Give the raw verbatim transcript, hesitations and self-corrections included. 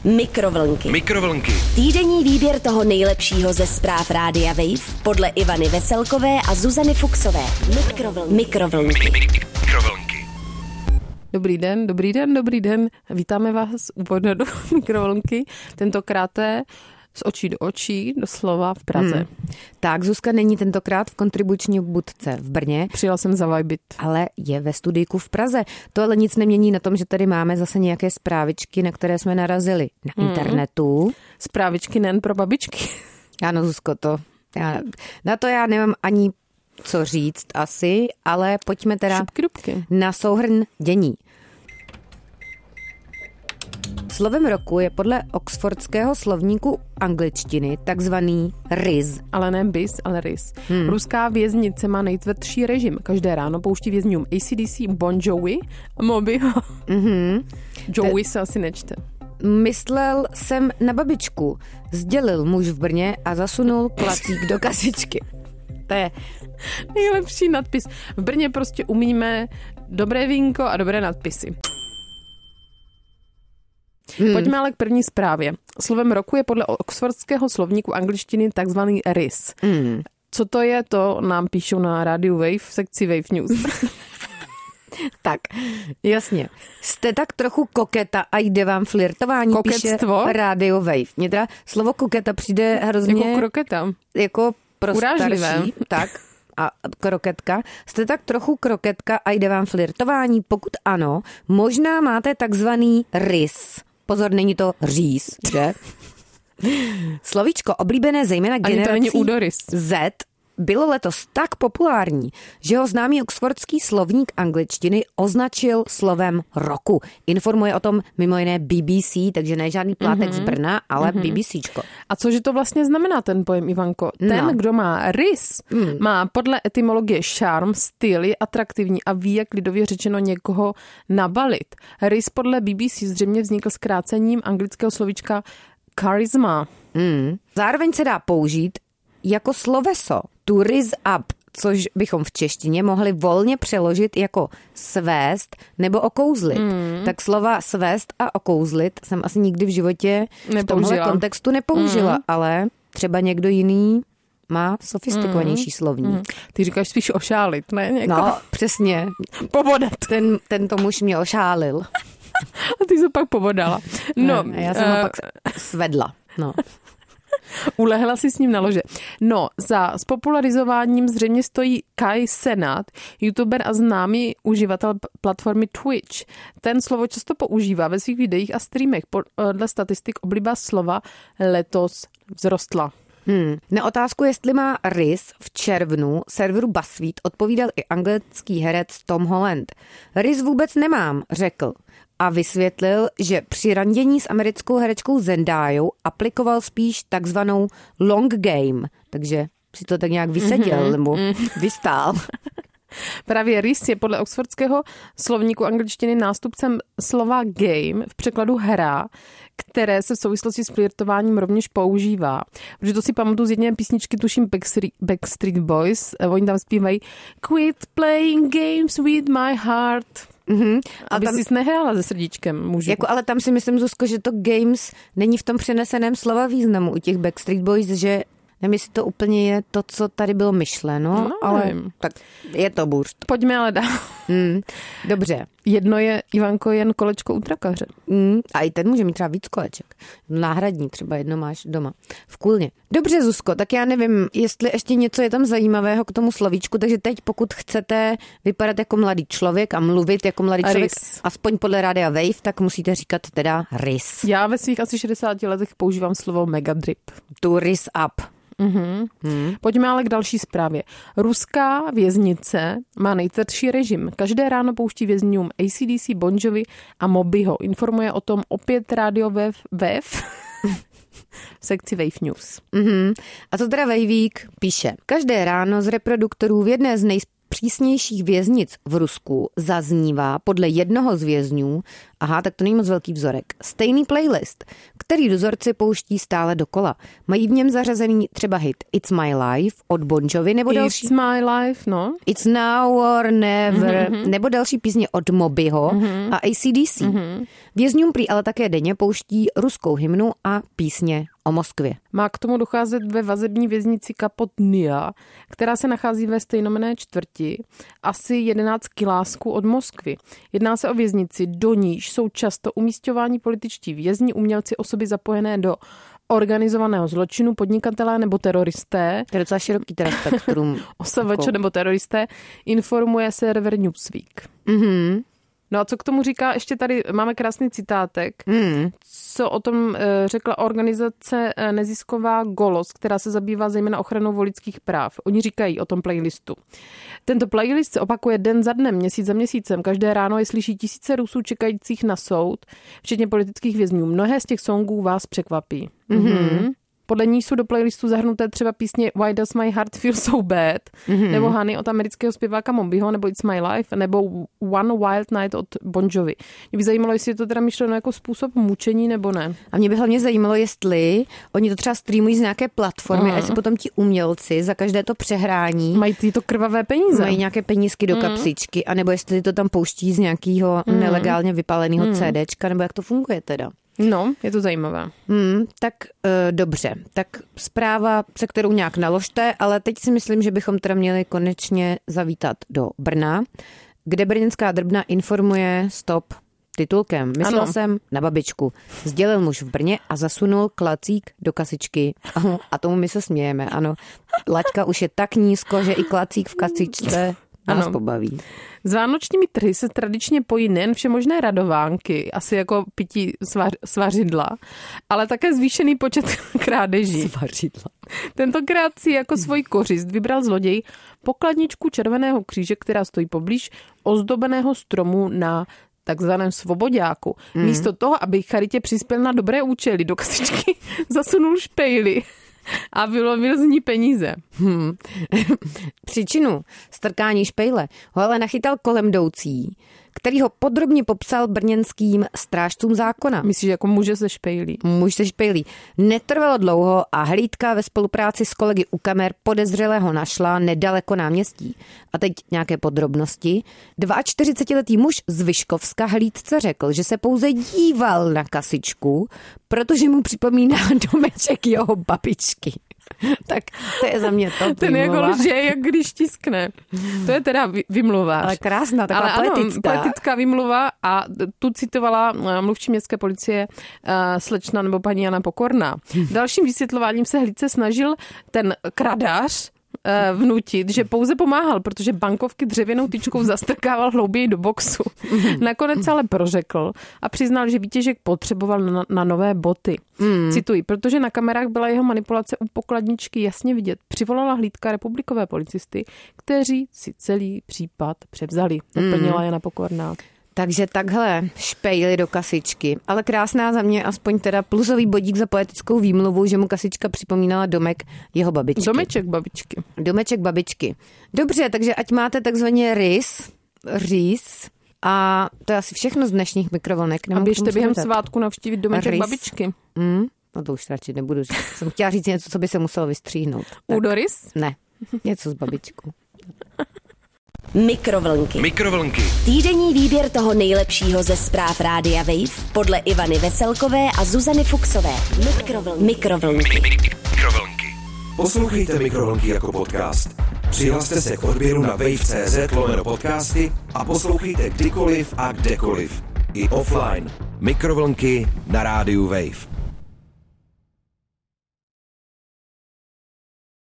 Mikrovlnky. Mikrovlnky. Týdenní výběr toho nejlepšího ze zpráv Rádia Wave podle Ivany Veselkové a Zuzany Fuxové. Mikrovlnky. Mikrovlnky. Mikrovlnky. Dobrý den, dobrý den, dobrý den. Vítáme vás u pořadu Mikrovlnky. Tentokrát z očí do očí, doslova v Praze. Hmm. Tak, Zuzka není tentokrát v kontribuční budce v Brně. Přijela jsem za Vibit. Ale je ve studijku v Praze. To ale nic nemění na tom, že tady máme zase nějaké zprávičky, na které jsme narazili na hmm. internetu. Zprávičky nejen pro babičky. Ano, Zuzko, to já, na to já nemám ani co říct asi, ale pojďme teda Šupky dubky. Na souhrn dění. Slovem roku je podle oxfordského slovníku angličtiny takzvaný R I S. Ale ne bis, ale R I S. Hmm. Ruská věznice má nejtvrdší režim. Každé ráno pouští vězňům A C D C, Bon Jovi a Mobyho. Mm-hmm. Joey se asi nečte. Myslel jsem na babičku. Sdělil muž v Brně a zasunul klacík do kasičky. To je nejlepší nadpis. V Brně prostě umíme dobré vínko a dobré nadpisy. Hmm. Pojďme ale k první zprávě. Slovem roku je podle oxfordského slovníku angličtiny takzvaný R I S. Hmm. Co to je, to nám píšou na rádiu Wave v sekci Wave News. Tak, jasně. Jste tak trochu koketa a jde vám flirtování, koketstvo? Píše rádio Wave. Mně teda slovo koketa přijde hrozně jako kroketa. Jako pro urážlivé. Starší. Tak. A kroketka. Jste tak trochu kroketka a jde vám flirtování? Pokud ano, možná máte takzvaný R I S. Pozor, není to říz, že? Slovíčko oblíbené zejména generací Z bylo letos tak populární, že ho známý oxfordský slovník angličtiny označil slovem roku. Informuje o tom mimo jiné B B C, takže ne žádný plátek mm-hmm. z Brna, ale mm-hmm. BBCčko. A cože to vlastně znamená ten pojem, Ivanko? Ten, no. kdo má R I S, mm. má podle etymologie šarm, styl, je atraktivní a ví, jak lidově řečeno někoho nabalit. R I S podle B B C zřejmě vznikl zkrácením anglického slovíčka charisma. Mm. Zároveň se dá použít jako sloveso to rise up, což bychom v češtině mohli volně přeložit jako svést nebo okouzlit. Mm. Tak slova svést a okouzlit jsem asi nikdy v životě nepoužila. V tomhle kontextu nepoužila, mm. ale třeba někdo jiný má sofistikovanější mm. slovník. Mm. Ty říkáš spíš ošálit, ne? Něko? No, přesně. Povodat. Ten, tento muž mě ošálil. A ty se pak povodala. No, ne, já jsem uh, ho pak svedla. No. Ulehla si s ním na lože. No, za spopularizováním zřejmě stojí Kai Cenat, youtuber a známý uživatel platformy Twitch. Ten slovo často používá ve svých videích a streamech. Podle statistik obliba slova letos vzrostla. Hmm. Na otázku, jestli má R I S, v červnu serveru BuzzFeed odpovídal i anglický herec Tom Holland. R I S vůbec nemám, řekl. A vysvětlil, že při randění s americkou herečkou Zendayou aplikoval spíš takzvanou long game. Takže si to tak nějak vyseděl, mm-hmm. nebo vystál. Právě R I S je podle oxfordského slovníku angličtiny nástupcem slova game, v překladu hra, které se v souvislosti s flirtováním rovněž používá. Protože to si pamatuju z jedné písničky, tuším Backstreet, Backstreet Boys, oni tam zpívají Quit playing games with my heart. Mm-hmm. Aby tam, jsi nehrála se srdíčkem mužů. Jako, ale tam si myslím, Zuzko, že to games není v tom přeneseném slova významu u těch Backstreet Boys, že nevím, jestli to úplně je to, co tady bylo myšleno, no, ale nevím. Tak je to burst. Pojďme ale dál. Mm, dobře. Jedno je, Ivanko, jen kolečko u trakaře. Mm, a i ten může mít třeba víc koleček. Náhradní, třeba jedno máš doma. V kůlně. Dobře, Zuzko, tak já nevím, jestli ještě něco je tam zajímavého k tomu slovíčku, takže teď pokud chcete vypadat jako mladý člověk a mluvit jako mladý člověk, Rys. Aspoň podle rádia Wave, tak musíte říkat teda R I S. Já ve svých asi šedesáti letech používám slovo megadrip. To rise up. Mm-hmm. Hmm. Pojďme ale k další zprávě. Ruská věznice má nejtvrdší režim. Každé ráno pouští vězňům A C D C, Bon Jovi a Mobyho. Informuje o tom opět rádio Wave, Wave v sekci Wave News. Mm-hmm. A co teda Waveík píše? Každé ráno z reproduktorů v jedné z nejspíš nejpřísnějších věznic v Rusku zaznívá podle jednoho z vězňů, aha, tak to není moc velký vzorek, stejný playlist, který dozorci pouští stále dokola. Mají v něm zařazený třeba hit It's My Life od Bon Jovi nebo další... It's My Life, no. It's Now or Never, mm-hmm. nebo další písně od Mobyho mm-hmm. a A C D C. Mm-hmm. Vězňům prý ale také denně pouští ruskou hymnu a písně o Moskvě. Má k tomu docházet ve vazební věznici Kapotnia, která se nachází ve stejnomenné čtvrti, asi jedenáct kilásků od Moskvy. Jedná se o věznici, do níž jsou často umísťováni političtí vězni, umělci, osoby zapojené do organizovaného zločinu, podnikatelé nebo teroristé. To je docela široký teda spektrum. O S V Č nebo teroristé, informuje server Newsweek. Mhm. No a co k tomu říká, ještě tady máme krásný citátek, mm. co o tom řekla organizace nezisková Golos, která se zabývá zejména ochranou voličských práv. Oni říkají o tom playlistu. Tento playlist se opakuje den za dnem, měsíc za měsícem. Každé ráno je slyší tisíce Rusů čekajících na soud, včetně politických vězňů. Mnohé z těch songů vás překvapí. Mm-hmm. Podle ní jsou do playlistu zahrnuté třeba písně Why Does My Heart Feel So Bad, mm-hmm. nebo Honey od amerického zpěváka Mobyho, nebo It's My Life, nebo One Wild Night od Bon Jovi. Mě by zajímalo, jestli je to teda myšleno jako způsob mučení, nebo ne. A mě by hlavně zajímalo, jestli oni to třeba streamují z nějaké platformy mm. a jestli potom ti umělci za každé to přehrání mají tyto krvavé peníze. Mají nějaké penízky do mm. kapsičky, anebo jestli to tam pouští z nějakého mm. nelegálně vypáleného mm. CDčka, nebo jak to funguje teda. No, je to zajímavé. Hmm, tak e, dobře, tak zpráva, se kterou nějak naložte, ale teď si myslím, že bychom teda měli konečně zavítat do Brna, kde brněnská Drbna informuje stop titulkem. Myslel ano. jsem na babičku. Sdělil muž v Brně a zasunul klacík do kasičky. A tomu my se smějeme, ano. Laťka už je tak nízko, že i klacík v kasičce nás ano. pobaví. S vánočními trhy se tradičně pojí nejen všemožné radovánky, asi jako pití svař, svařidla, ale také zvýšený počet krádeží. Svařidla. Tentokrát si jako svůj kořist vybral zloděj pokladničku Červeného kříže, která stojí poblíž ozdobeného stromu na takzvaném svoboďáku. Mm. Místo toho, aby charitě přispěl na dobré účely, do kasičky zasunul špejly a vylovil z ní peníze. Hmm. Příčinu strkání špejle ho ale nachytal kolem jdoucí, který ho podrobně popsal brněnským strážcům zákona. Myslíš, jako muže se špejlí? Muž se špejlí. Netrvalo dlouho a hlídka ve spolupráci s kolegy u kamer podezřelého našla nedaleko náměstí. A teď nějaké podrobnosti. čtyřicetiletý muž z Vyškovska hlídce řekl, že se pouze díval na kasičku, protože mu připomíná domeček jeho babičky. Tak to je za mě to. Ten jako lže, jak když tiskne. To je teda vymluva. Ale krásná, taková Ale poetická. Ano, poetická vymluva a tu citovala mluvčí městské policie slečna nebo paní Jana Pokorná. Dalším vysvětlováním se hlídce snažil ten kradář vnutit, že pouze pomáhal, protože bankovky dřevěnou tyčkou zastrkával hlouběji do boxu. Nakonec ale prořekl a přiznal, že výtěžek potřeboval na, na nové boty. Mm. Cituji, protože na kamerách byla jeho manipulace u pokladničky jasně vidět. Přivolala hlídka republikové policisty, kteří si celý případ převzali. Doplnila mm. Jana Pokorná. Takže takhle špejli do kasičky. Ale krásná za mě aspoň teda plusový bodík za poetickou výmluvu, že mu kasička připomínala domek jeho babičky. Domeček babičky. Domeček babičky. Dobře, takže ať máte takzvaně rys, rýs, a to je asi všechno z dnešních mikrovlnek. A běžte během svátku navštívit domeček rys. Babičky. Mm, no to už radši nebudu říct. Jsem chtěla říct něco, co by se muselo vystříhnout. Údorys? Ne, něco s babičkou. Mikrovlnky. Mikrovlnky. Týdenní výběr toho nejlepšího ze zpráv Rádia Wave podle Ivany Veselkové a Zuzany Fuxové. Mikrovlnky. Mikrovlnky. Mikrovlnky. Poslouchejte Mikrovlnky jako podcast. Přihlaste se k odběru na wave tečka cé zet lomeno podcasty a poslouchejte kdykoliv a kdekoliv. I offline. Mikrovlnky na rádiu Wave.